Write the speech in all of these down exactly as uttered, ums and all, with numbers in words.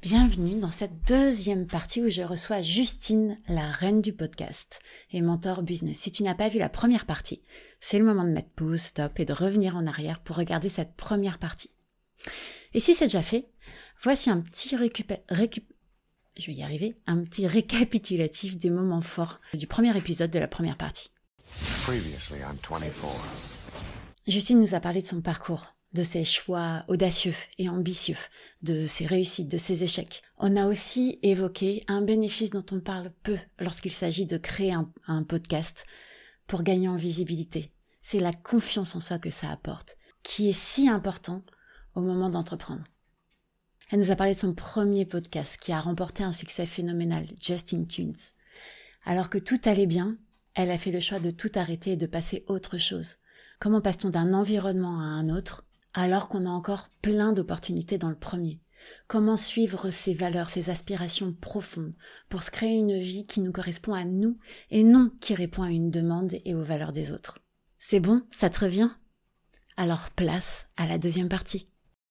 Bienvenue dans cette deuxième partie où je reçois Justine, la reine du podcast et mentor business. Si tu n'as pas vu la première partie, c'est le moment de mettre pause, stop et de revenir en arrière pour regarder cette première partie. Et si c'est déjà fait, voici un petit récup... récup... je vais y arriver, un petit récapitulatif des moments forts du premier épisode de la première partie. Previously on twenty-four. Justine nous a parlé de son parcours, de ses choix audacieux et ambitieux, de ses réussites, de ses échecs. On a aussi évoqué un bénéfice dont on parle peu lorsqu'il s'agit de créer un, un podcast pour gagner en visibilité. C'est la confiance en soi que ça apporte, qui est si important au moment d'entreprendre. Elle nous a parlé de son premier podcast qui a remporté un succès phénoménal, Justin Tunes. Alors que tout allait bien, elle a fait le choix de tout arrêter et de passer autre chose. Comment passe-t-on d'un environnement à un autre alors qu'on a encore plein d'opportunités dans le premier? Comment suivre ses valeurs, ses aspirations profondes pour se créer une vie qui nous correspond à nous et non qui répond à une demande et aux valeurs des autres? C'est bon, ça te revient? Alors place à la deuxième partie.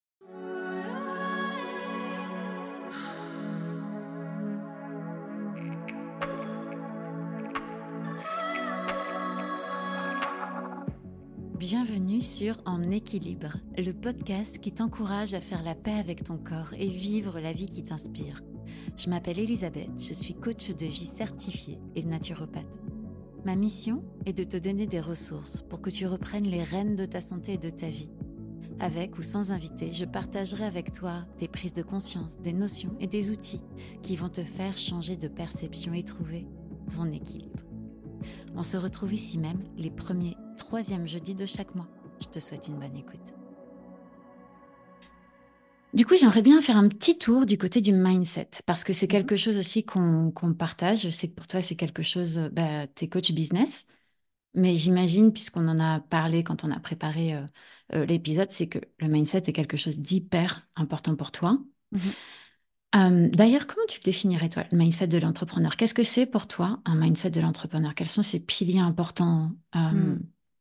Bienvenue sur En équilibre, le podcast qui t'encourage à faire la paix avec ton corps et vivre la vie qui t'inspire. Je m'appelle Elisabeth, je suis coach de vie certifiée et naturopathe. Ma mission est de te donner des ressources pour que tu reprennes les rênes de ta santé et de ta vie. Avec ou sans invité, je partagerai avec toi des prises de conscience, des notions et des outils qui vont te faire changer de perception et trouver ton équilibre. On se retrouve ici même les premiers, troisièmes jeudis de chaque mois. Je te souhaite une bonne écoute. Du coup, j'aimerais bien faire un petit tour du côté du mindset, parce que c'est quelque chose aussi qu'on, qu'on partage. Je sais que pour toi, c'est quelque chose, bah, t'es coach business, mais j'imagine, puisqu'on en a parlé quand on a préparé euh, euh, l'épisode, c'est que le mindset est quelque chose d'hyper important pour toi. Mhm. Euh, d'ailleurs, comment tu le définirais, toi, le mindset de l'entrepreneur? Qu'est-ce que c'est pour toi, un mindset de l'entrepreneur? Quels sont ces piliers importants? euh, Mm.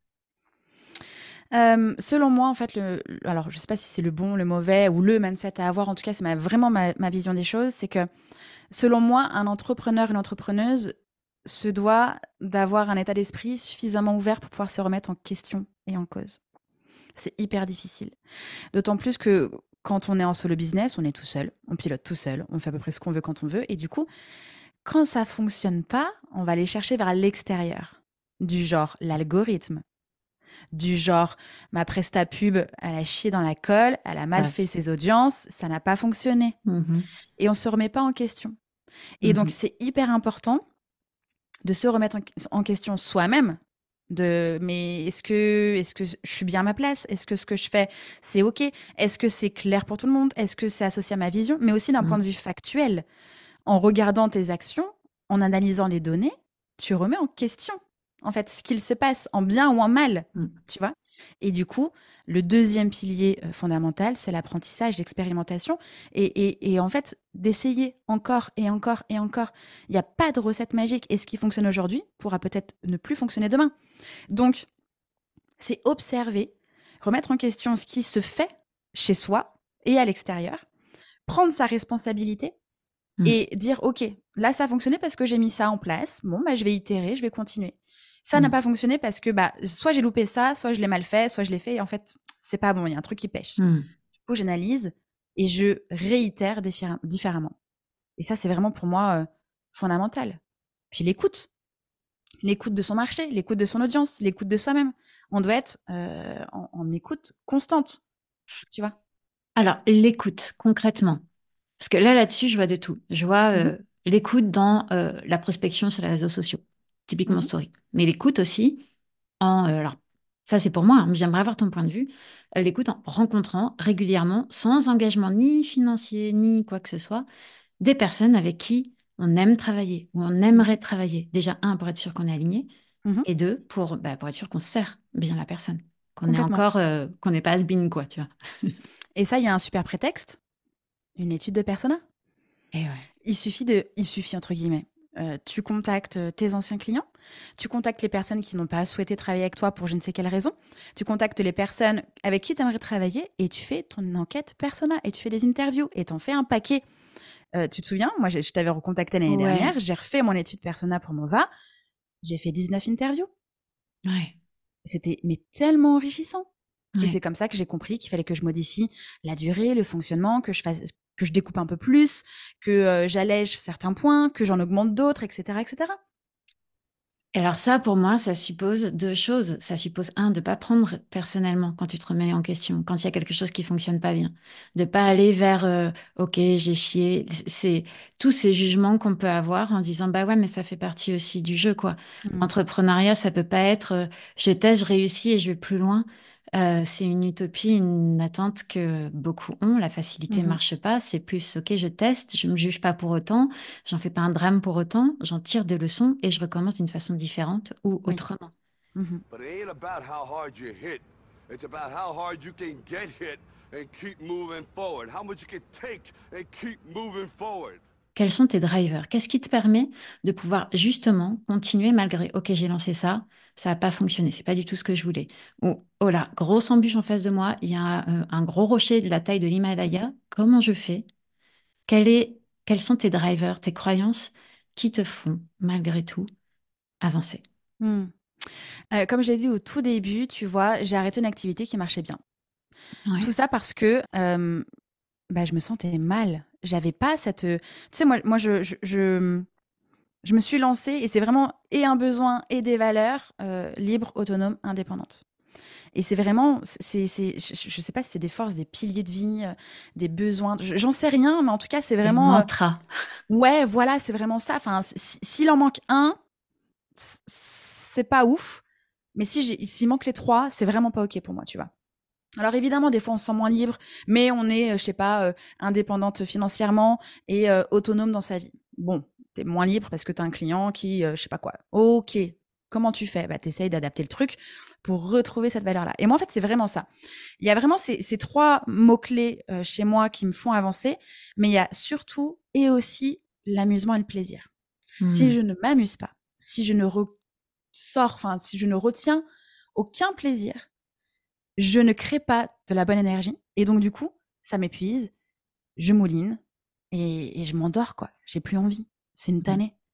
Euh, selon moi, en fait, le, alors je sais pas si c'est le bon, le mauvais ou le mindset à avoir. En tout cas, c'est ma, vraiment ma, ma vision des choses. C'est que, selon moi, un entrepreneur, une entrepreneuse se doit d'avoir un état d'esprit suffisamment ouvert pour pouvoir se remettre en question et en cause. C'est hyper difficile. D'autant plus que quand on est en solo business, on est tout seul, on pilote tout seul, on fait à peu près ce qu'on veut quand on veut. Et du coup, quand ça fonctionne pas, on va aller chercher vers l'extérieur. Du genre l'algorithme. Du genre, ma presta pub, elle a chié dans la colle, elle a mal Ah, fait c'est- ses audiences, ça n'a pas fonctionné. Mhm. Et on se remet pas en question. Et donc, Mhm. c'est hyper important de se remettre en, en question soi-même. De, mais est-ce que, est-ce que je suis bien à ma place? Est-ce que ce que je fais, c'est OK? Est-ce que c'est clair pour tout le monde? Est-ce que c'est associé à ma vision? Mais aussi d'un Mhm. point de vue factuel. En regardant tes actions, en analysant les données, tu remets en question, en fait, ce qu'il se passe, en bien ou en mal, Mm. tu vois. Et du coup, le deuxième pilier euh, fondamental, c'est l'apprentissage, l'expérimentation, et, et, et en fait, d'essayer encore et encore et encore. Il n'y a pas de recette magique, et ce qui fonctionne aujourd'hui pourra peut-être ne plus fonctionner demain. Donc, c'est observer, remettre en question ce qui se fait chez soi et à l'extérieur, prendre sa responsabilité, Mm. et dire, OK, là, ça a fonctionné parce que j'ai mis ça en place. Bon, bah, je vais itérer, je vais continuer. Ça n'a Mm. pas fonctionné parce que bah, soit j'ai loupé ça, soit je l'ai mal fait, soit je l'ai fait. Et en fait, c'est pas bon, il y a un truc qui pêche. Mm. Du coup, j'analyse et je réitère diffé- différemment. Et ça, c'est vraiment pour moi euh, fondamental. Puis l'écoute. L'écoute de son marché, l'écoute de son audience, l'écoute de soi-même. On doit être euh, en, en écoute constante, tu vois. Alors, l'écoute, concrètement. Parce que là, là-dessus, je vois de tout. Je vois Mhm, euh, l'écoute dans euh, la prospection sur les réseaux sociaux, typiquement mhm, Story. Mais l'écoute aussi en... euh, alors, ça, c'est pour moi, hein, mais j'aimerais avoir ton point de vue. Euh, l'écoute en rencontrant régulièrement, sans engagement ni financier, ni quoi que ce soit, des personnes avec qui on aime travailler ou on aimerait travailler. Déjà, un, pour être sûr qu'on est aligné, mhm, et deux, pour, bah, pour être sûr qu'on sert bien la personne, qu'on est complètement. encore, euh, qu'on n'est pas has-been, quoi, tu vois. Et ça, il y a un super prétexte, une étude de persona. Et ouais. Il suffit de, il suffit entre guillemets. Euh, tu contactes tes anciens clients, tu contactes les personnes qui n'ont pas souhaité travailler avec toi pour je ne sais quelle raison, tu contactes les personnes avec qui tu aimerais travailler et tu fais ton enquête persona et tu fais des interviews et t'en fais un paquet. Euh, tu te souviens, moi, je t'avais recontacté l'année Ouais. dernière, j'ai refait mon étude persona pour Mova, j'ai fait dix-neuf interviews. Ouais. C'était mais tellement enrichissant. Ouais. Et c'est comme ça que j'ai compris qu'il fallait que je modifie la durée, le fonctionnement, que je fasse, que je découpe un peu plus, que euh, j'allège certains points, que j'en augmente d'autres, et cetera, et cetera. Alors ça, pour moi, ça suppose deux choses. Ça suppose, un, de pas prendre personnellement quand tu te remets en question, quand il y a quelque chose qui fonctionne pas bien. De pas aller vers, euh, OK, j'ai chié. C'est tous ces jugements qu'on peut avoir en disant, bah ouais, mais ça fait partie aussi du jeu, quoi. Mm. L'entrepreneuriat, ça peut pas être, euh, je teste, je réussis et je vais plus loin. Euh, c'est une utopie, une attente que beaucoup ont. La facilité Mhm. marche pas. C'est plus, OK, je teste, je me juge pas pour autant. J'en fais pas un drame pour autant, j'en tire des leçons et je recommence d'une façon différente ou Oui. autrement. Mhm. But it ain't about how hard you hit. It's about how hard you can get hit and keep moving forward. How much you can take and keep moving forward. Quels sont tes drivers? Qu'est-ce qui te permet de pouvoir justement continuer malgré, OK, j'ai lancé ça, ça n'a pas fonctionné, c'est pas du tout ce que je voulais. Ou, oh là, grosse embûche en face de moi, il y a euh, un gros rocher de la taille de l'Himalaya, comment je fais? Quel est, quels sont tes drivers, tes croyances qui te font, malgré tout, avancer? Mm. Euh, comme je l'ai dit au tout début, tu vois, j'ai arrêté une activité qui marchait bien. Ouais. Tout ça parce que euh, bah, je me sentais mal. J'avais pas cette... Tu sais, moi, moi je, je, je, je me suis lancée et c'est vraiment et un besoin et des valeurs euh, libres, autonomes, indépendantes. Et c'est vraiment, c'est, c'est, je, je sais pas si c'est des forces, des piliers de vie, euh, des besoins, je- j'en sais rien, mais en tout cas, c'est Et vraiment, euh, mantra. ouais, voilà, c'est vraiment ça. Enfin, si- s'il en manque un, c- c'est pas ouf. Mais si j'ai, s'il manque les trois, c'est vraiment pas ok pour moi, tu vois. Alors évidemment, des fois, on se sent moins libre, mais on est, euh, je sais pas, euh, indépendante financièrement et euh, autonome dans sa vie. Bon, t'es moins libre parce que t'as un client qui, euh, je sais pas quoi. Ok, comment tu fais? Bah, t'essayes d'adapter le truc pour retrouver cette valeur-là. Et moi, en fait, c'est vraiment ça. Il y a vraiment ces, ces trois mots-clés euh, chez moi qui me font avancer, mais il y a surtout et aussi l'amusement et le plaisir. Si Hmm. je ne m'amuse pas, si je ne ressors, enfin, si je ne retiens aucun plaisir, je ne crée pas de la bonne énergie. Et donc, du coup, ça m'épuise, je mouline et, et je m'endors, quoi. J'ai plus envie. C'est une Hmm. tannée.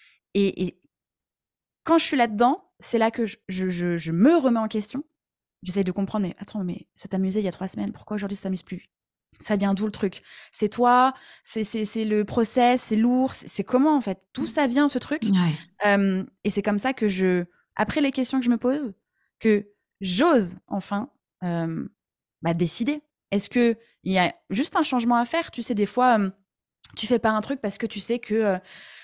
Et, et quand je suis là-dedans, c'est là que je, je, je, je me remets en question. J'essaye de comprendre, mais attends, mais ça t'amusait il y a trois semaines, pourquoi aujourd'hui ça t'amuse plus? Ça vient d'où le truc? C'est toi? C'est, c'est, c'est le process? C'est lourd? C'est, c'est comment, en fait? D'où ça vient, ce truc? Ouais. Euh, et c'est comme ça que je, après les questions que je me pose, que j'ose enfin euh, bah, décider. Est-ce que il y a juste un changement à faire? Tu sais, des fois, euh, tu fais pas un truc parce que tu sais que, euh,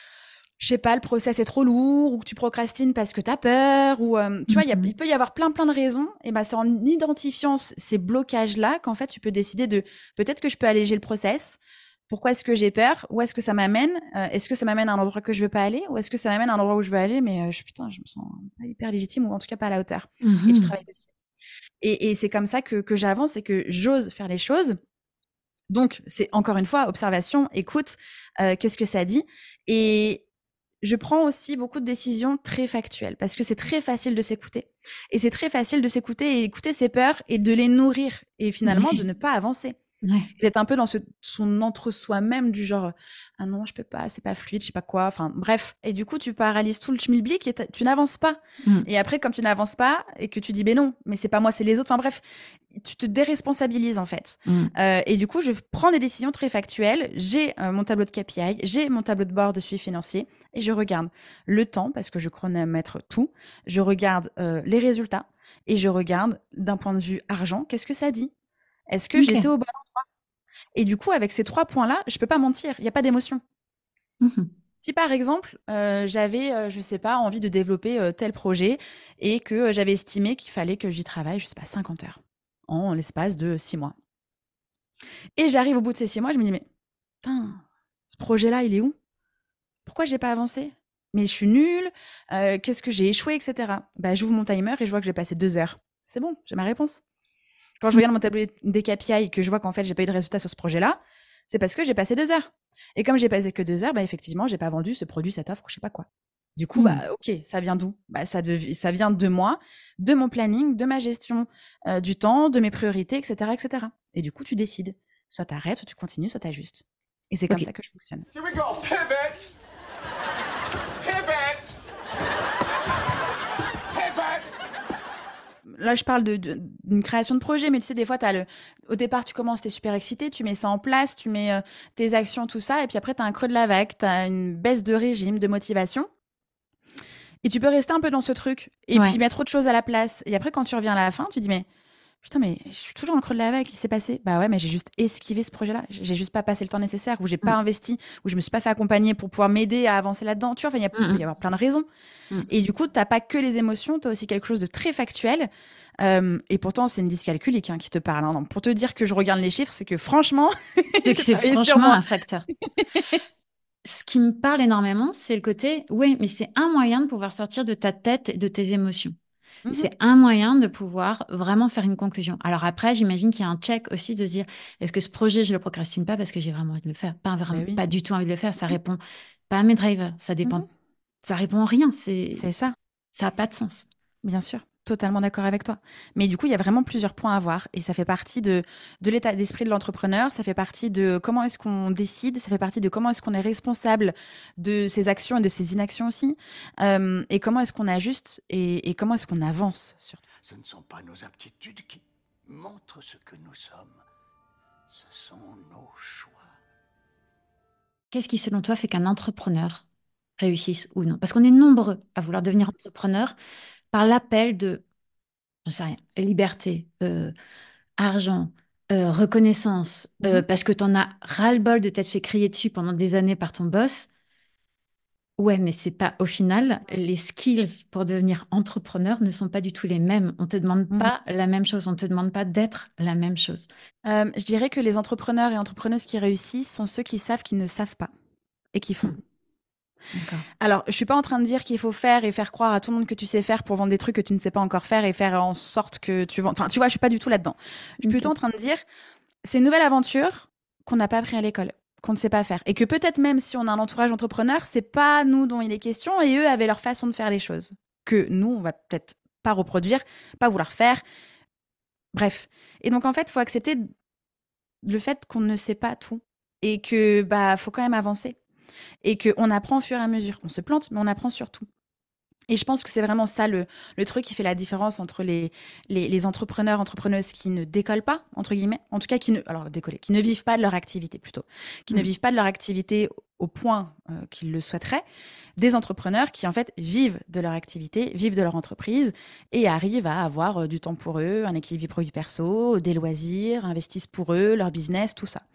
je sais pas, le process est trop lourd, ou que tu procrastines parce que t'as peur, ou euh, tu vois, il y a- Mhm. il peut y avoir plein plein de raisons. Et bah, c'est en identifiant c- ces blocages-là qu'en fait, tu peux décider de peut-être que je peux alléger le process. Pourquoi est-ce que j'ai peur? Où est-ce que ça m'amène? Euh, est-ce que ça m'amène à un endroit que je veux pas aller? Ou est-ce que ça m'amène à un endroit où je veux aller, mais euh, je, putain, je me sens pas hyper légitime, ou en tout cas pas à la hauteur. Et tu Mhm. travailles dessus. Et, et c'est comme ça que, que j'avance et que j'ose faire les choses. Donc, c'est encore une fois, observation, écoute, euh, qu'est-ce que ça dit? Et je prends aussi beaucoup de décisions très factuelles parce que c'est très facile de s'écouter. Et c'est très facile de s'écouter et écouter ses peurs et de les nourrir et finalement de Ouais. ne pas avancer. Ouais. D'être un peu dans ce, son entre-soi même du genre ah non je peux pas, c'est pas fluide, je sais pas quoi, enfin bref. Et du coup tu paralyses tout le schmilblick et t'as- tu n'avances pas. Mm. Et après comme tu n'avances pas et que tu dis ben non mais c'est pas moi c'est les autres, enfin bref, tu te déresponsabilises en fait. Mm. Euh, et du coup je prends des décisions très factuelles, j'ai euh, mon tableau de K P I, j'ai mon tableau de bord de suivi financier et je regarde le temps parce que je chronomètre tout, je regarde euh, les résultats et je regarde d'un point de vue argent qu'est-ce que ça dit, est-ce que j'étais Ok. au bon. Et du coup, avec ces trois points-là, je peux pas mentir, il y a pas d'émotion. Mhm. Si par exemple, heu, j'avais, heu, je sais pas, envie de développer, heu, tel projet et que, heu, j'avais estimé qu'il fallait que j'y travaille, je sais pas, cinquante heures en l'espace de six mois. Et j'arrive au bout de ces six mois, je me dis: «Mais putain, ce projet-là, il est où? Pourquoi j'ai pas avancé? Mais je suis nulle, heu, qu'est-ce que j'ai échoué?» et cetera. Bah, j'ouvre mon timer et je vois que j'ai passé deux heures. C'est bon, j'ai ma réponse. Quand je regarde mon tableau des K P I et que je vois qu'en fait, j'ai pas eu de résultat sur ce projet-là, c'est parce que j'ai passé deux heures. Et comme j'ai passé que deux heures, bah, effectivement, j'ai pas vendu ce produit, cette offre, ou je sais pas quoi. Du coup, bah, Mm. OK, ça vient d'où? Bah, ça, dev- ça vient de moi, de mon planning, de ma gestion euh, du temps, de mes priorités, et cetera, et cetera. Et du coup, tu décides. Soit t'arrêtes, soit tu continues, soit t'ajustes. Et c'est comme Ok. ça que je fonctionne. Here we go. Pivot. Pivot. Pivot. Là, je parle de, de- d'une création de projet, mais tu sais, des fois, t'as le... au départ, tu commences, t'es super excité, tu mets ça en place, tu mets euh, tes actions, tout ça, et puis après, t'as un creux de la vague, t'as une baisse de régime, de motivation, et tu peux rester un peu dans ce truc, et Ouais. puis mettre autre chose à la place. Et après, quand tu reviens à la fin, tu te dis, mais putain, mais je suis toujours dans le creux de la vague, qu'est-ce qui s'est passé? Bah ouais, mais j'ai juste esquivé ce projet-là, j'ai juste pas passé le temps nécessaire, ou j'ai pas Mm. investi, ou je me suis pas fait accompagner pour pouvoir m'aider à avancer là-dedans. Tu vois, enfin, il y a- Mm, peut y mm. avoir plein de raisons. Mm. Et du coup, t'as pas que les émotions, t'as aussi quelque chose de très factuel. Euh, et pourtant, c'est une dyscalculique hein, qui te parle. Hein. Donc, pour te dire que je regarde les chiffres, c'est que franchement, C'est que j'ai c'est travaillé sur franchement moi. un facteur. Ce qui me parle énormément, c'est le côté, oui, mais c'est un moyen de pouvoir sortir de ta tête et de tes émotions. Mhm. C'est un moyen de pouvoir vraiment faire une conclusion. Alors après, j'imagine qu'il y a un check aussi de se dire, est-ce que ce projet, je le procrastine pas parce que j'ai vraiment envie de le faire, pas, vraiment, Bah oui. pas du tout envie de le faire. Ça répond pas à mes drivers, ça dépend, Mhm. ça répond à rien. C'est, C'est ça, ça a pas de sens. bien sûr. Totalement d'accord avec toi. Mais du coup, il y a vraiment plusieurs points à voir. Et ça fait partie de, de l'état d'esprit de l'entrepreneur. Ça fait partie de comment est-ce qu'on décide. Ça fait partie de comment est-ce qu'on est responsable de ses actions et de ses inactions aussi. Euh, et comment est-ce qu'on ajuste et, et comment est-ce qu'on avance surtout. Ce ne sont pas nos aptitudes qui montrent ce que nous sommes. Ce sont nos choix. Qu'est-ce qui, selon toi, fait qu'un entrepreneur réussisse ou non? Parce qu'on est nombreux à vouloir devenir entrepreneur par l'appel de, je sais rien, liberté, euh, argent, euh, reconnaissance, euh, Mhm. parce que tu en as ras-le-bol de t'être fait crier dessus pendant des années par ton boss. Ouais, mais c'est pas, au final, les skills pour devenir entrepreneur ne sont pas du tout les mêmes. On te demande Mhm. pas la même chose, on te demande pas d'être la même chose. Euh, je dirais que les entrepreneurs et entrepreneuses qui réussissent sont ceux qui savent qu'ils ne savent pas et qui font. Hmm. D'accord. Alors, je suis pas en train de dire qu'il faut faire et faire croire à tout le monde que tu sais faire pour vendre des trucs que tu ne sais pas encore faire et faire en sorte que tu vends. Enfin, tu vois, je suis pas du tout là-dedans. Je suis plutôt en train de dire, c'est une nouvelle aventure qu'on n'a pas appris à l'école, qu'on ne sait pas faire. Et que peut-être même si on a un entourage entrepreneur, c'est pas nous dont il est question et eux avaient leur façon de faire les choses. Que nous, on va peut-être pas reproduire, pas vouloir faire. Bref. Et donc, en fait, il faut accepter le fait qu'on ne sait pas tout et que bah faut quand même avancer et qu'on apprend au fur et à mesure. On se plante, mais on apprend surtout. Et je pense que c'est vraiment ça le, le truc qui fait la différence entre les, les, les entrepreneurs, entrepreneuses qui ne décollent pas, entre guillemets, en tout cas qui ne, alors décoller, qui ne vivent pas de leur activité plutôt, qui Mm. ne vivent pas de leur activité au point euh, qu'ils le souhaiteraient, des entrepreneurs qui en fait vivent de leur activité, vivent de leur entreprise et arrivent à avoir euh, du temps pour eux, un équilibre pro-vie perso, des loisirs, investissent pour eux, leur business, tout ça.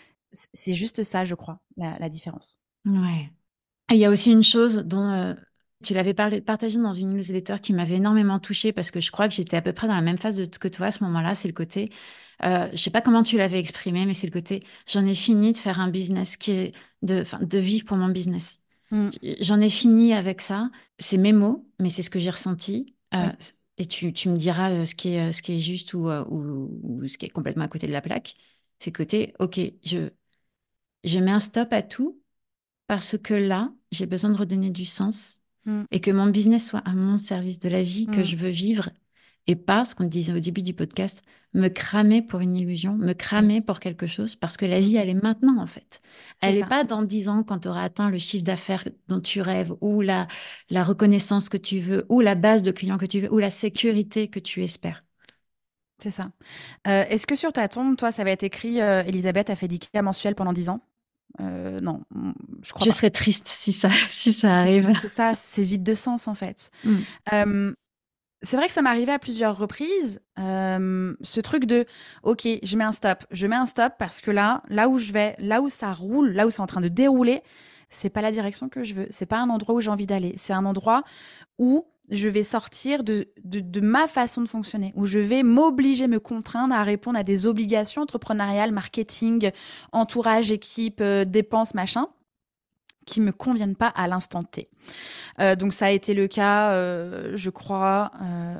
C- C'est juste ça, je crois, la, la différence. Ouais. Et il y a aussi une chose dont euh, tu l'avais parlé, partagé dans une newsletter qui m'avait énormément touchée parce que je crois que j'étais à peu près dans la même phase de, que toi à ce moment-là. C'est le côté, euh, je sais pas comment tu l'avais exprimé, mais c'est le côté, j'en ai fini de faire un business qui est de, enfin, de vivre pour mon business. Mm. J'en ai fini avec ça. C'est mes mots, mais c'est ce que j'ai ressenti. Euh, Oui. et tu, tu me diras euh, ce qui est, euh, ce qui est juste ou, euh, ou, ou ce qui est complètement à côté de la plaque. C'est le côté, ok, je, je mets un stop à tout parce que là, j'ai besoin de redonner du sens Mm. et que mon business soit à mon service de la vie que Mm. je veux vivre et pas, ce qu'on disait au début du podcast, me cramer pour une illusion, me cramer pour quelque chose parce que la Mm. vie, elle est maintenant en fait. C'est Elle n'est ça. pas dans dix ans quand tu auras atteint le chiffre d'affaires dont tu rêves ou la, la reconnaissance que tu veux ou la base de clients que tu veux ou la sécurité que tu espères. C'est ça. Euh, est-ce que sur ta tombe, toi, ça va être écrit euh, Elisabeth a fait dix cas mensuels pendant dix ans? Euh, non, mm, je crois Je pas. serais triste si ça, si ça C'est arrive. c'est ça, c'est vide de sens en fait. Mm. Euh, c'est vrai que ça m'est arrivé à plusieurs reprises, euh, ce truc de ok, je mets un stop, je mets un stop parce que là, là où je vais, là où ça roule, là où c'est en train de dérouler, c'est pas la direction que je veux, c'est pas un endroit où j'ai envie d'aller, c'est un endroit où je vais sortir de, de, de ma façon de fonctionner, où je vais m'obliger, me contraindre à répondre à des obligations entrepreneuriales, marketing, entourage, équipe, euh, dépenses, machin, qui me conviennent pas à l'instant T. Euh, donc ça a été le cas, euh, je crois,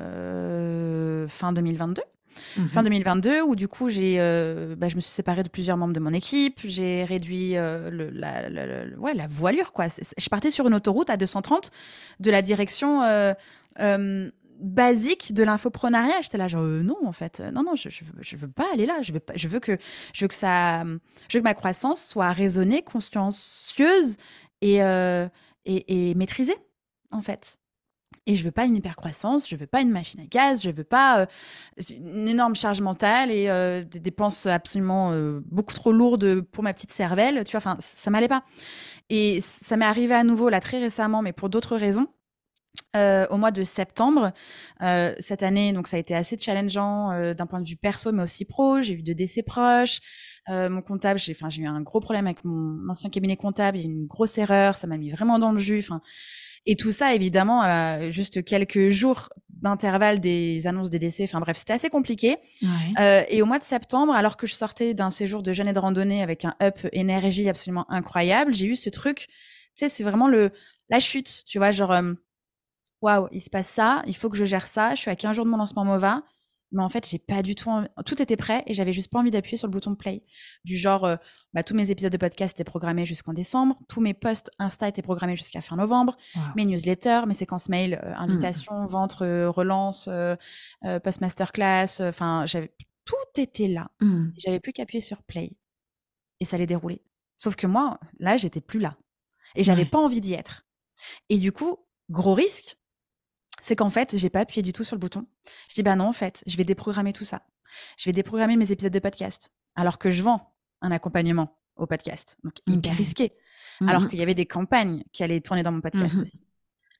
euh, fin deux mille vingt-deux. Mhm. Fin deux mille vingt-deux, où du coup, j'ai, euh, bah, je me suis séparée de plusieurs membres de mon équipe, j'ai réduit euh, le, la, la, la- ouais, la voilure, quoi. C'est- Je partais sur une autoroute à deux cent trente de la direction euh, euh, basique de l'infoprenariat. J'étais là, genre, euh, non, en fait, non, non, je, je, veux, je veux pas aller là. Je veux pas, je veux que, je veux que ça, je veux que ma croissance soit raisonnée, consciencieuse et, euh, et, et maîtrisée, en fait. Et je veux pas une hypercroissance, je veux pas une machine à gaz, je veux pas euh, une énorme charge mentale et euh, des dépenses absolument euh, beaucoup trop lourdes pour ma petite cervelle. Tu vois, enfin, ça m'allait pas. Et ça m'est arrivé à nouveau là très récemment, mais pour d'autres raisons. Euh, au mois de septembre euh, cette année, donc ça a été assez challengeant euh, d'un point de vue perso, mais aussi pro. J'ai eu deux décès proches. Euh, mon comptable, j'ai, enfin, j'ai eu un gros problème avec mon ancien cabinet comptable. Il y a eu une grosse erreur, ça m'a mis vraiment dans le jus. Enfin, et tout ça, évidemment, à juste quelques jours d'intervalle des annonces des décès. Enfin bref, c'était assez compliqué. Ouais. Euh, et au mois de septembre, alors que je sortais d'un séjour de jeûne et de randonnée avec un up énergie absolument incroyable, j'ai eu ce truc. Tu sais, c'est vraiment le la chute. Tu vois, genre. Euh, waouh, il se passe ça, il faut que je gère ça, je suis à quinze jours de mon lancement Mova, mais en fait, j'ai pas du tout envie... Tout était prêt et j'avais juste pas envie d'appuyer sur le bouton play. Du genre, euh, bah, tous mes épisodes de podcast étaient programmés jusqu'en décembre, tous mes posts Insta étaient programmés jusqu'à fin novembre, Wow. mes newsletters, mes séquences mail, euh, invitations, Mm. vente, euh, relance, euh, euh, post masterclass, enfin, j'avais... tout était là. Mm. J'avais plus qu'à appuyer sur play et ça allait dérouler. Sauf que moi, là, j'étais plus là. Et j'avais Ouais. pas envie d'y être. Et du coup, gros risque, c'est qu'en fait, j'ai pas appuyé du tout sur le bouton. Je dis, bah non, en fait, je vais déprogrammer tout ça. Je vais déprogrammer mes épisodes de podcast. Alors que je vends un accompagnement au podcast. Donc, hyper Ok. risqué. Mhm. Alors qu'il y avait des campagnes qui allaient tourner dans mon podcast Mhm. aussi.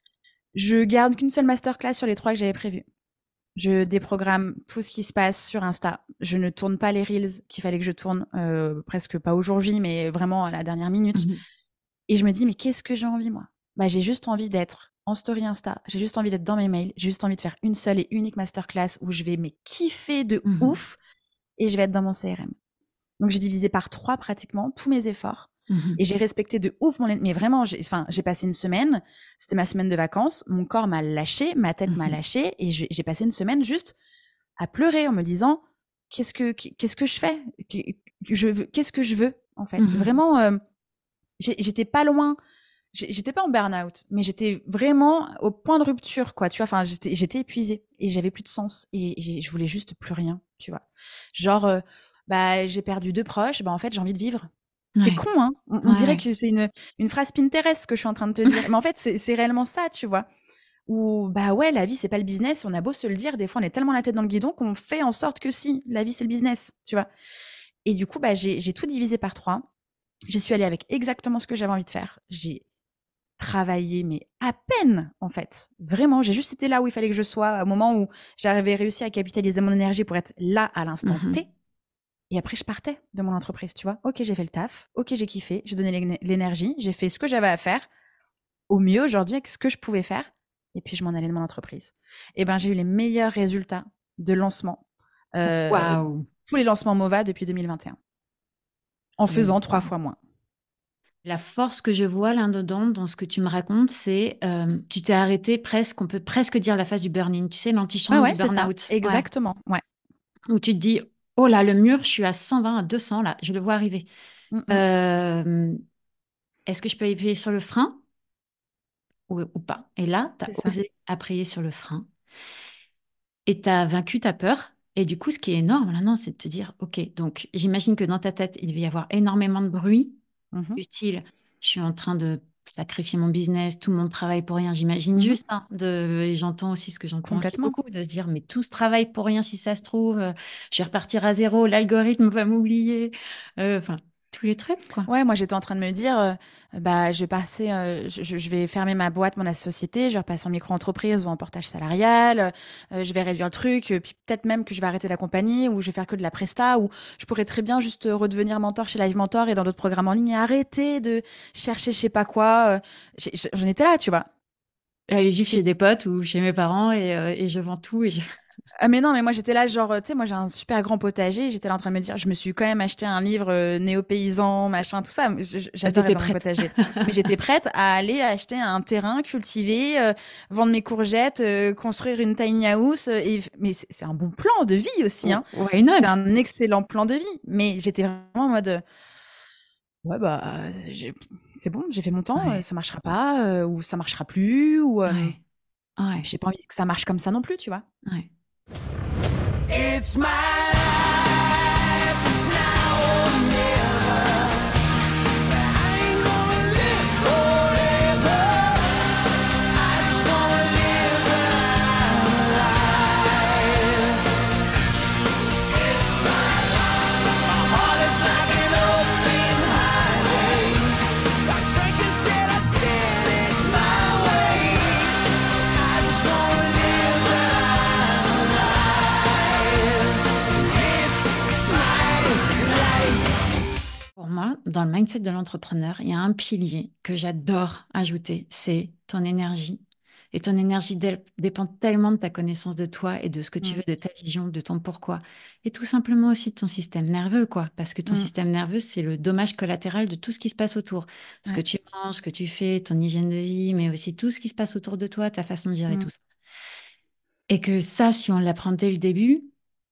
Je garde qu'une seule masterclass sur les trois que j'avais prévues. Je déprogramme tout ce qui se passe sur Insta. Je ne tourne pas les reels qu'il fallait que je tourne, euh, presque pas aujourd'hui, mais vraiment à la dernière minute. Mhm. Et je me dis, mais qu'est-ce que j'ai envie, moi? Bah, j'ai juste envie d'être en story Insta. J'ai juste envie d'être dans mes mails. J'ai juste envie de faire une seule et unique masterclass où je vais me kiffer de Mhm. ouf et je vais être dans mon C R M. Donc, j'ai divisé par trois pratiquement tous mes efforts Mhm. et j'ai respecté de ouf mon... Mais vraiment, j'ai, enfin, j'ai passé une semaine. C'était ma semaine de vacances. Mon corps m'a lâché, ma tête m'a Mhm. lâché et je- j'ai passé une semaine juste à pleurer en me disant, qu'est-ce que, qu'est-ce que je fais? Je veux, qu'est-ce que je veux, en fait? Mhm. Vraiment, euh, j'ai- j'étais pas loin. J'ai- J'étais pas en burn-out, mais j'étais vraiment au point de rupture, quoi. Tu vois, enfin, j'étais, j'étais épuisée et j'avais plus de sens et, et je voulais juste plus rien, tu vois. Genre, euh, bah, j'ai perdu deux proches, bah, en fait, j'ai envie de vivre. C'est Ouais. con, hein. On, on Ouais, dirait ouais. que c'est une, une phrase Pinterest que je suis en train de te dire. Mais en fait, c'est c'est réellement ça, tu vois. Ou, bah ouais, la vie, c'est pas le business. On a beau se le dire, des fois, on est tellement la tête dans le guidon qu'on fait en sorte que si, la vie, c'est le business, tu vois. Et du coup, bah, j'ai j'ai tout divisé par trois. J'y suis allée avec exactement ce que j'avais envie de faire. J'ai travaillé, mais à peine, en fait. Vraiment, j'ai juste été là où il fallait que je sois, au moment où j'avais réussi à capitaliser mon énergie pour être là à l'instant Mhm. T. Et après, je partais de mon entreprise, tu vois. Ok, j'ai fait le taf. Ok, j'ai kiffé. J'ai donné l'é- l'énergie. J'ai fait ce que j'avais à faire au mieux aujourd'hui avec ce que je pouvais faire. Et puis, je m'en allais de mon entreprise. Et ben, j'ai eu les meilleurs résultats de lancement. Euh, Waouh. tous les lancements Mova depuis deux mille vingt et un. En faisant trois fois moins. La force que je vois là-dedans, dans ce que tu me racontes, c'est euh, tu t'es arrêté presque, on peut presque dire la phase du burn-in, tu sais, Ouais, l'antichambre du ouais, c'est ça. burn-out. Ouais. Exactement. Ouais. Où tu te dis, oh là, le mur, je suis à cent vingt, à deux cents, là, je le vois arriver. Mm, mm. Euh, Est-ce que je peux appuyer sur le frein ou, ou pas? Et là, tu as C'est ça. osé appuyer sur le frein et tu as vaincu ta peur. Et du coup, ce qui est énorme maintenant, c'est de te dire, OK, donc j'imagine que dans ta tête, il devait y avoir énormément de bruit Mhm. du style, je suis en train de sacrifier mon business, tout le monde travaille pour rien, j'imagine Mhm. juste. Hein, de, et j'entends aussi ce que j'entends aussi Complètement. beaucoup, de se dire, mais tout ce travail pour rien si ça se trouve, euh, je vais repartir à zéro, l'algorithme va m'oublier. Euh, Enfin, tous les trucs, quoi. Ouais, moi j'étais en train de me dire, euh, bah je vais passer, euh, je, je vais fermer ma boîte, mon société, je vais repasser en micro-entreprise ou en portage salarial, euh, je vais réduire le truc, euh, puis peut-être même que je vais arrêter la compagnie ou je vais faire que de la presta ou je pourrais très bien juste euh, redevenir mentor chez Live Mentor et dans d'autres programmes en ligne et arrêter de chercher je sais pas quoi. euh, j'ai- J'en étais là, tu vois. Aller vivre C'est chez des potes ou chez mes parents et, euh, et je vends tout et je... Ah mais non, mais moi j'étais là genre, tu sais, moi j'ai un super grand potager, j'étais là en train de me dire, je me suis quand même acheté un livre euh, néo-paysan, machin, tout ça, Je- je- Ah, j'adore être t'étais dans mon prête. potager. Mais j'étais prête à aller acheter un terrain, cultiver, euh, vendre mes courgettes, euh, construire une tiny house, euh, et... mais c'est c'est un bon plan de vie aussi, hein. Why C'est not? un excellent plan de vie, mais j'étais vraiment en mode, euh, ouais bah, euh, j'ai- c'est bon, j'ai fait mon temps, euh, Ouais, ça marchera pas, euh, ou ça marchera plus, ou... euh, ouais. Ouais. J'ai pas envie que ça marche comme ça non plus, tu vois. Ouais. It's my life, it's now or never. I ain't gonna live forever. I just wanna live when I'm alive. It's my life. My heart is like an open highway. Like Franklin said, I did it my way. I just wanna live when I'm alive. It's my life. Pour moi, dans le mindset de l'entrepreneur, il y a un pilier que j'adore ajouter, c'est ton énergie. Et ton énergie dé- dépend tellement de ta connaissance de toi et de ce que tu Mm. veux, de ta vision, de ton pourquoi. Et tout simplement aussi de ton système nerveux, quoi. Parce que ton Mm. système nerveux, c'est le dommage collatéral de tout ce qui se passe autour. Ce que Ouais. tu manges, ce que tu fais, ton hygiène de vie, mais aussi tout ce qui se passe autour de toi, ta façon de gérer Mm. tout ça. Et que ça, si on l'apprend dès le début,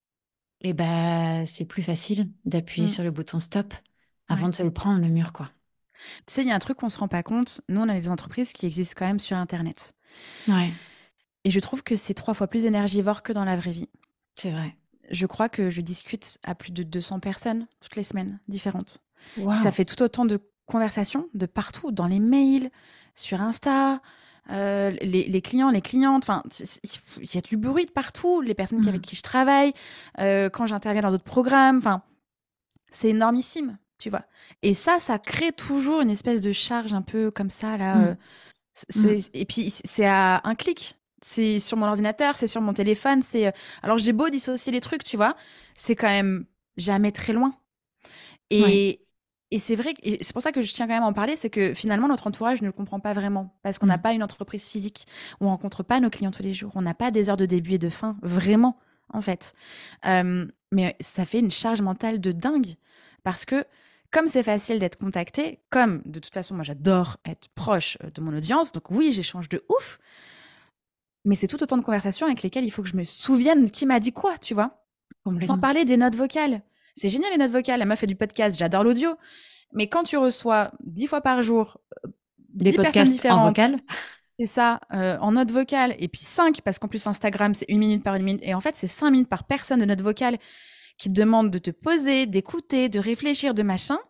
eh ben, c'est plus facile d'appuyer Mm. sur le bouton stop avant Ouais. de se le prendre, le mur, quoi. Tu sais, il y a un truc qu'on se rend pas compte. Nous, on a des entreprises qui existent quand même sur Internet. Ouais, Et je trouve que c'est trois fois plus énergivore que dans la vraie vie. c'est vrai. Je crois que je discute à plus de deux cents personnes toutes les semaines différentes. Et Waouh. ça fait tout autant de conversations de partout, dans les mails, sur Insta, euh, les, les clients, les clientes. Enfin, c- c- il y a du bruit de partout. Les personnes qui- Mm. avec qui je travaille, euh, quand j'interviens dans d'autres programmes. Enfin, c'est énormissime, tu vois. Et ça, ça crée toujours une espèce de charge un peu comme ça, là. Mm. euh, c'est- Et puis, c'est à un clic. C'est sur mon ordinateur, c'est sur mon téléphone. C'est euh, Alors, j'ai beau dissocier les trucs, tu vois, c'est quand même jamais très loin. Et, Ouais. et c'est vrai, que- et c'est pour ça que je tiens quand même à en parler, c'est que finalement, notre entourage ne le comprend pas vraiment. Parce qu'on n'a Mm. pas une entreprise physique. On rencontre pas nos clients tous les jours. On n'a pas des heures de début et de fin, vraiment, en fait. Euh, mais ça fait une charge mentale de dingue. Parce que, comme c'est facile d'être contacté, comme de toute façon, moi j'adore être proche euh, de mon audience, donc oui, j'échange de ouf, mais c'est tout autant de conversations avec lesquelles il faut que je me souvienne qui m'a dit quoi, tu vois. Sans Complètement. parler des notes vocales. C'est génial les notes vocales, la meuf fait du podcast, j'adore l'audio. Mais quand tu reçois dix fois par jour, euh, Des dix personnes podcasts en différentes, vocal. c'est ça, euh, en notes vocales, et puis cinq, parce qu'en plus Instagram, c'est une minute par une minute, et en fait, c'est cinq minutes par personne de notes vocales qui te demandent de te poser, d'écouter, de réfléchir, de machin.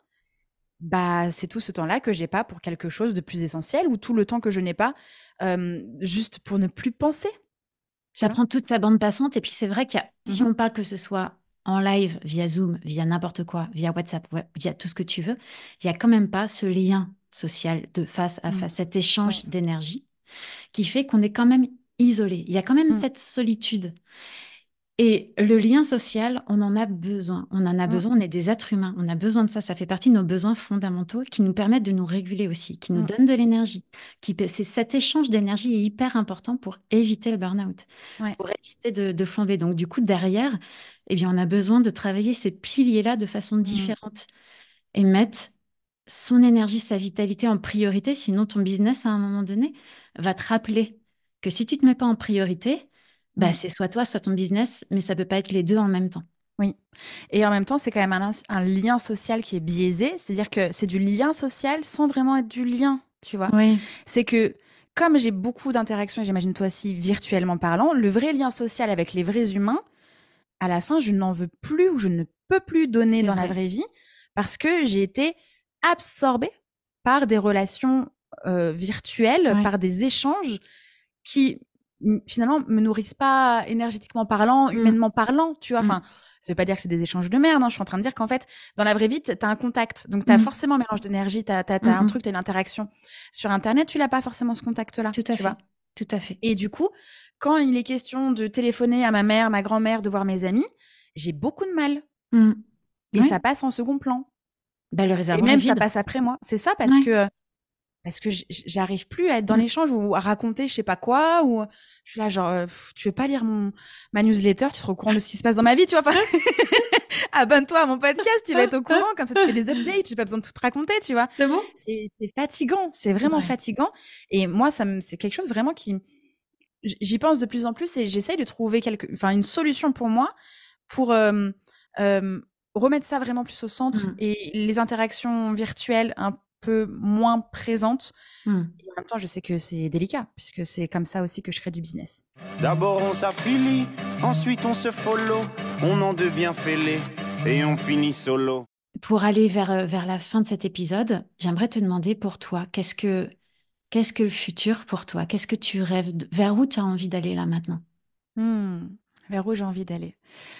Bah, c'est tout ce temps-là que j'ai pas pour quelque chose de plus essentiel, ou tout le temps que je n'ai pas, euh, juste pour ne plus penser. Ça vois prend toute ta bande passante. Et puis, c'est vrai qu'il y a, si Mhm. on parle que ce soit en live, via Zoom, via n'importe quoi, via WhatsApp, ouais, via tout ce que tu veux, il n'y a quand même pas ce lien social de face à Mm. face, cet échange Ouais. d'énergie qui fait qu'on est quand même isolé. Il y a quand même Mm. cette solitude. Et le lien social, on en a besoin. On en a Mm. besoin, on est des êtres humains. On a besoin de ça. Ça fait partie de nos besoins fondamentaux qui nous permettent de nous réguler aussi, qui nous Mm. donnent de l'énergie. Qui, c'est cet échange d'énergie est hyper important pour éviter le burn-out, Ouais. pour éviter de, de flamber. Donc, du coup, derrière, eh bien, on a besoin de travailler ces piliers-là de façon Mm. différente et mettre son énergie, sa vitalité en priorité. Sinon, ton business, à un moment donné, va te rappeler que si tu ne te mets pas en priorité, bah, Mm. c'est soit toi, soit ton business, mais ça peut pas être les deux en même temps. Oui. Et en même temps, c'est quand même un, un lien social qui est biaisé. C'est-à-dire que c'est du lien social sans vraiment être du lien, tu vois. Oui, C'est que, comme j'ai beaucoup d'interactions, et j'imagine toi aussi, virtuellement parlant, le vrai lien social avec les vrais humains, à la fin, je n'en veux plus ou je ne peux plus donner c'est dans la vrai. vraie vie parce que j'ai été absorbée par des relations euh, virtuelles, Ouais. par des échanges qui m- finalement me nourrissent pas énergétiquement parlant, Mm. humainement parlant, tu vois. Mm. Enfin, ça veut pas dire que c'est des échanges de merde, hein. Je suis en train de dire qu'en fait, dans la vraie vie, tu as un contact. Donc, tu as Mm. forcément un mélange d'énergie, tu as, Mm, un mm. truc, tu as une interaction. Sur Internet, tu l'as pas forcément ce contact-là, Tout à tu fait. vois. Tout à fait. Et du coup, quand il est question de téléphoner à ma mère, ma grand-mère, de voir mes amis, j'ai beaucoup de mal. Mm. Et Ouais. ça passe en second plan. Bah, le Et réservoir est même ça vide. passe après moi. C'est ça parce Ouais. que parce que j- j'arrive plus à être dans Mm. l'échange ou à raconter je sais pas quoi, ou je suis là genre euh, pff, tu veux pas lire mon ma newsletter, tu seras au courant de ce qui se passe dans ma vie, tu vois. Enfin, abonne-toi à mon podcast, tu vas être au courant, comme ça tu fais des updates, j'ai pas besoin de tout te raconter, tu vois. C'est bon? C'est c'est fatigant, c'est vraiment Ouais. fatigant. Et moi ça me c'est quelque chose vraiment qui j- j'y pense de plus en plus et j'essaye de trouver quelque enfin une solution pour moi pour euh, euh, remettre ça vraiment plus au centre Mm. et les interactions virtuelles un peu moins présente. Hmm. Et en même temps, je sais que c'est délicat, puisque c'est comme ça aussi que je crée du business. D'abord on s'affilie, ensuite on se follow, on en devient fêlé et on finit solo. Pour aller vers, euh, vers la fin de cet épisode, j'aimerais te demander pour toi, qu'est-ce que, qu'est-ce que le futur pour toi? Qu'est-ce que tu rêves de- Vers où tu as envie d'aller là maintenant? Hmm, Vers où j'ai envie d'aller?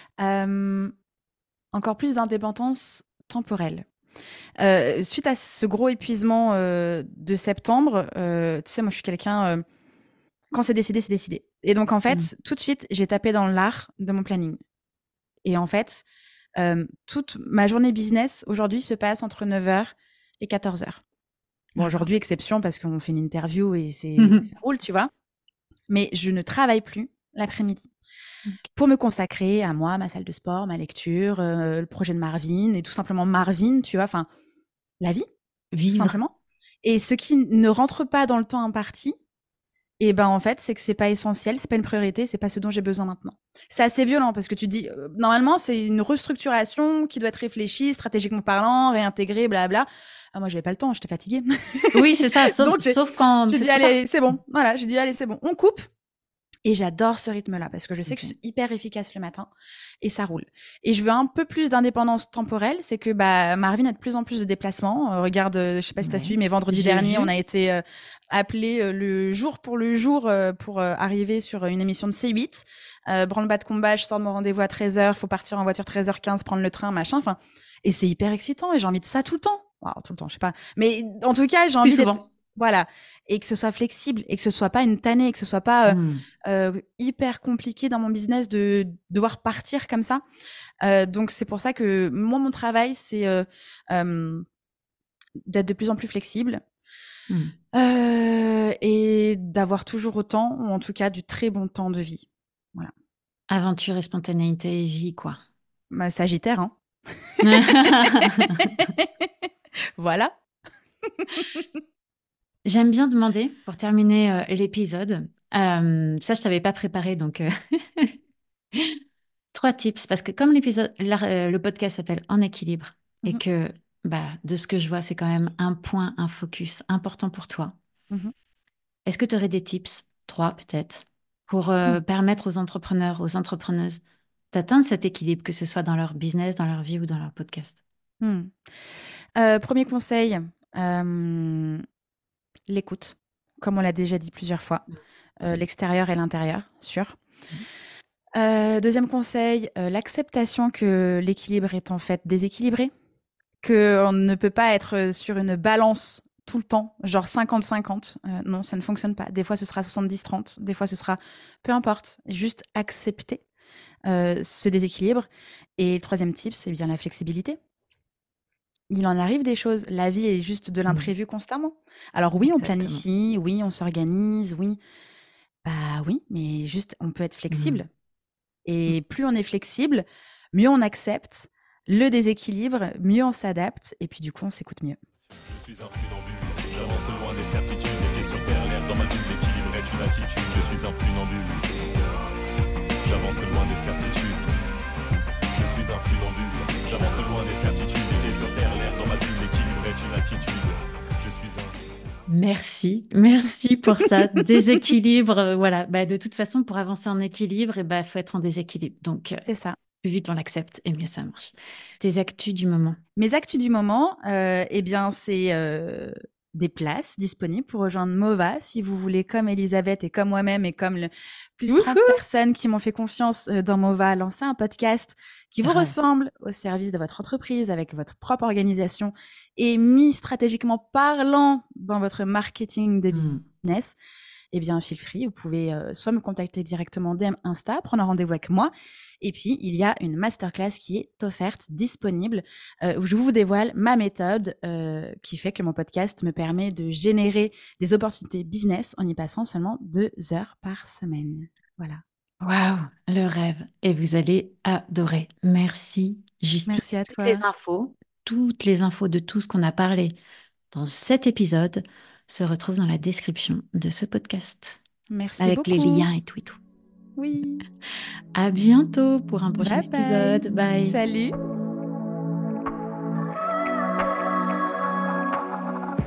Euh, Encore plus d'indépendance temporelle. Euh, suite à ce gros épuisement euh, de septembre, euh, tu sais, moi je suis quelqu'un, euh, quand c'est décidé, c'est décidé. Et donc en fait, Mm. tout de suite, j'ai tapé dans l'art de mon planning. Et en fait, euh, toute ma journée business aujourd'hui se passe entre neuf heures et quatorze heures. Bon, D'accord. aujourd'hui, exception parce qu'on fait une interview et c'est, Mhm. ça roule, tu vois. Mais je ne travaille plus l'après-midi Ok. pour me consacrer à moi, ma salle de sport, ma lecture, euh, le projet de Marvin et tout simplement Marvin, tu vois, enfin, la vie, tout Vivre. simplement. Et ce qui ne rentre pas dans le temps imparti, et ben en fait, c'est que c'est pas essentiel, c'est pas une priorité, c'est pas ce dont j'ai besoin maintenant. C'est assez violent parce que tu te dis, euh, normalement, c'est une restructuration qui doit être réfléchie, stratégiquement parlant, réintégrée, blabla. Ah, moi, j'avais pas le temps, j'étais fatiguée. Oui, c'est ça, sauf, Donc, j'ai- sauf quand J'ai c'est dit, trop tard. allez, c'est bon. Voilà, j'ai dit, allez, c'est bon, on coupe. Et j'adore ce rythme-là parce que je sais que Ok. je suis hyper efficace le matin et ça roule. Et je veux un peu plus d'indépendance temporelle, c'est que bah, Marvin a de plus en plus de déplacements. Euh, regarde, euh, je sais pas si t'as Ouais. suivi, mais vendredi J'ai dernier, vu. on a été euh, appelé euh, le jour pour le jour euh, pour euh, arriver sur une émission de C huit. Euh, branle-bas de combat, je sors de mon rendez-vous à treize heures, faut partir en voiture treize heures quinze, prendre le train, machin. Enfin, et c'est hyper excitant et j'ai envie de ça tout le temps. Alors, tout le temps, je sais pas. Mais en tout cas, j'ai envie Plus d'être... souvent. Voilà. Et que ce soit flexible et que ce soit pas une tannée, que ce soit pas... euh, Mm. euh, hyper compliqué dans mon business de devoir partir comme ça. Euh, donc c'est pour ça que moi mon travail c'est euh, euh, d'être de plus en plus flexible Mm. euh, et d'avoir toujours autant ou en tout cas du très bon temps de vie. Voilà. Aventure et spontanéité, vie, quoi. Bah, Sagittaire, hein. Voilà. J'aime bien demander, pour terminer euh, l'épisode, euh, ça je t'avais pas préparé, donc euh, trois tips, parce que comme l'épisode, la- euh, le podcast s'appelle En équilibre, et Mhm. que bah, de ce que je vois, c'est quand même un point, un focus important pour toi. Mhm. Est-ce que tu aurais des tips, trois peut-être, pour euh, Mm. permettre aux entrepreneurs, aux entrepreneuses d'atteindre cet équilibre, que ce soit dans leur business, dans leur vie ou dans leur podcast? Mm. Euh, premier conseil, euh, l'écoute, comme on l'a déjà dit plusieurs fois. Euh, l'extérieur et l'intérieur, sûr. Euh, deuxième conseil, euh, l'acceptation que l'équilibre est en fait déséquilibré, qu'on ne peut pas être sur une balance tout le temps, genre cinquante cinquante. Euh, non, ça ne fonctionne pas. Des fois, ce sera soixante-dix trente, des fois, ce sera... Peu importe, juste accepter euh, ce déséquilibre. Et le troisième tip, c'est bien la flexibilité. Il en arrive des choses. La vie est juste de l'imprévu constamment. Alors oui, on Exactement. planifie, oui, on s'organise, oui. Bah oui, mais juste, on peut être flexible. Mm. Et plus on est flexible, mieux on accepte le déséquilibre, mieux on s'adapte, et puis du coup, on s'écoute mieux. Je suis un funambule, j'avance loin des certitudes, les pieds sur terre, l'air dans ma bulle, l'équilibre est une attitude. Je suis un funambule, j'avance loin des certitudes. Je suis un funambule, j'avance loin des certitudes, les pieds sur terre, l'air dans ma bulle, l'équilibre est une attitude. Je suis un... Merci, merci pour ça. Déséquilibre, euh, voilà. Bah, de toute façon, pour avancer en équilibre, il bah, faut être en déséquilibre. Donc, euh, C'est ça. plus vite on l'accepte et mieux ça marche. Tes actus du moment. Mes actus du moment, euh, eh bien, c'est euh, des places disponibles pour rejoindre Mova, si vous voulez, comme Elisabeth et comme moi-même et comme le plus trente Wouhou. personnes qui m'ont fait confiance euh, dans Mova, lancer un podcast qui vous Rêve. ressemble au service de votre entreprise, avec votre propre organisation et mis stratégiquement parlant dans votre marketing de Mm. business. Eh bien, feel free, vous pouvez euh, soit me contacter directement D M Insta, prendre un rendez-vous avec moi. Et puis, il y a une masterclass qui est offerte, disponible, euh, où je vous dévoile ma méthode euh, qui fait que mon podcast me permet de générer des opportunités business en y passant seulement deux heures par semaine. Voilà. Waouh, le rêve. Et vous allez adorer. Merci, Justine. Merci à Toutes toi. les infos, toutes les infos de tout ce qu'on a parlé dans cet épisode se retrouvent dans la description de ce podcast. Merci Avec beaucoup. les liens et tout et tout. Oui. À bientôt pour un prochain Bye bye. épisode. Bye. Salut.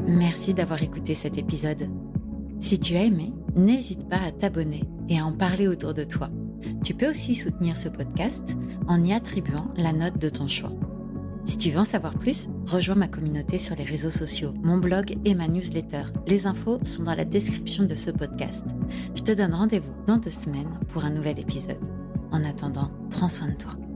Merci d'avoir écouté cet épisode. Si tu as aimé, n'hésite pas à t'abonner et à en parler autour de toi. Tu peux aussi soutenir ce podcast en y attribuant la note de ton choix. Si tu veux en savoir plus, rejoins ma communauté sur les réseaux sociaux, mon blog et ma newsletter. Les infos sont dans la description de ce podcast. Je te donne rendez-vous dans deux semaines pour un nouvel épisode. En attendant, prends soin de toi.